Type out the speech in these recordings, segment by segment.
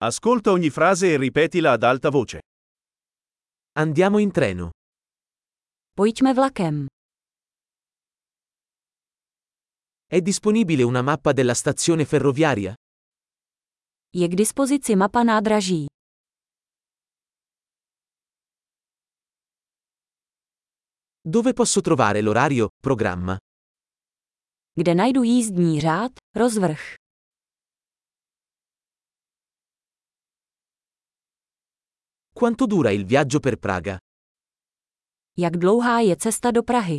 Ascolta ogni frase e ripetila ad alta voce. Andiamo in treno. Pojďme vlakem. È disponibile una mappa della stazione ferroviaria? Je k dispozici mapa nádraží. Dove posso trovare l'orario, programma? Kde najdu jízdní řád, rozvrh. Quanto dura il viaggio per Praga? Jak dlouhá je cesta do Prahy?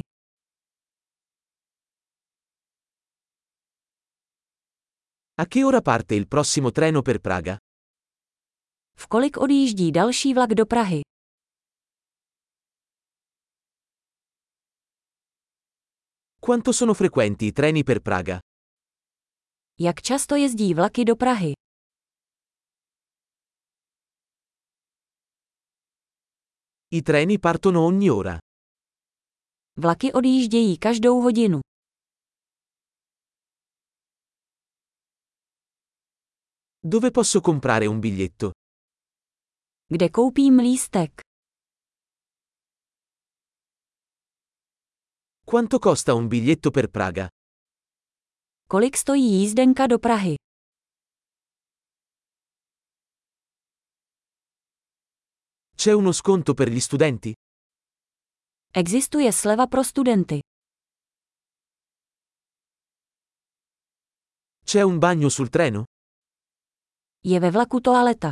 A che ora parte il prossimo treno per Praga? V kolik odjíždí další vlak do Prahy? Quanto sono frequenti i treni per Praga? Jak často jezdí vlaky do Prahy? I treni partono ogni ora. Vlaky odjíždějí každou hodinu. Dove posso comprare un biglietto? Kde koupím lístek? Quanto costa un biglietto per Praga? Kolik stojí jízdenka do Prahy? C'è uno sconto per gli studenti? Existuje sleva pro studenty. C'è un bagno sul treno? Je ve vlaku toaleta.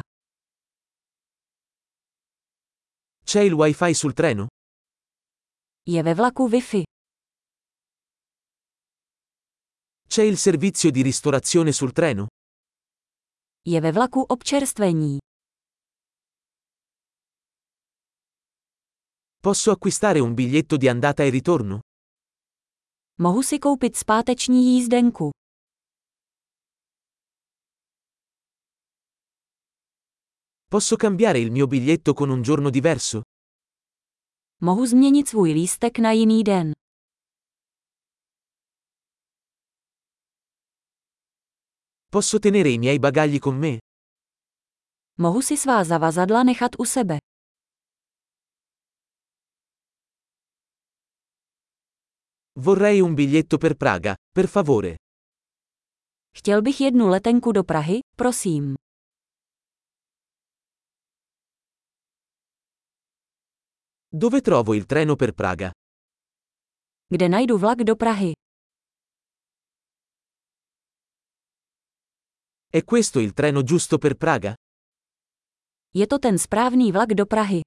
C'è il wifi sul treno? Je ve vlaku Wi-Fi. C'è il servizio di ristorazione sul treno? Je ve vlaku občerstvení. Posso acquistare un biglietto di andata e ritorno? Mohu si koupit zpáteční jízdenku. Posso cambiare il mio biglietto con un giorno diverso? Mohu změnit svůj lístek na jiný den. Posso tenere i miei bagagli con me? Mohu si svá zavazadla nechat u sebe. Vorrei un biglietto per Praga, per favore. Chtěl bych jednu letenku do Prahy, prosím. Dove trovo il treno per Praga? Kde najdu vlak do Prahy? È questo il treno giusto per Praga? Je to ten správný vlak do Prahy.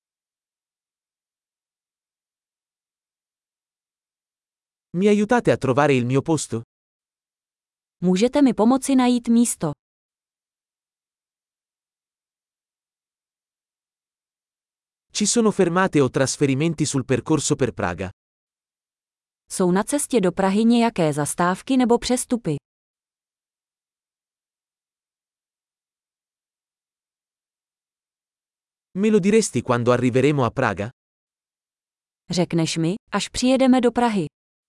Mi aiutate a trovare il mio posto? Můžete mi pomoci najít místo. Ci sono fermate o trasferimenti sul percorso per Praga? Jsou na cestě do Prahy nějaké zastávky nebo přestupy? Me lo diresti quando arriveremo a Praga? Řekneš mi, až přijedeme do Prahy.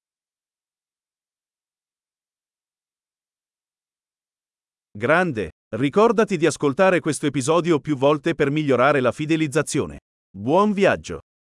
Grande! Ricordati di ascoltare questo episodio più volte per migliorare la fidelizzazione. Buon viaggio!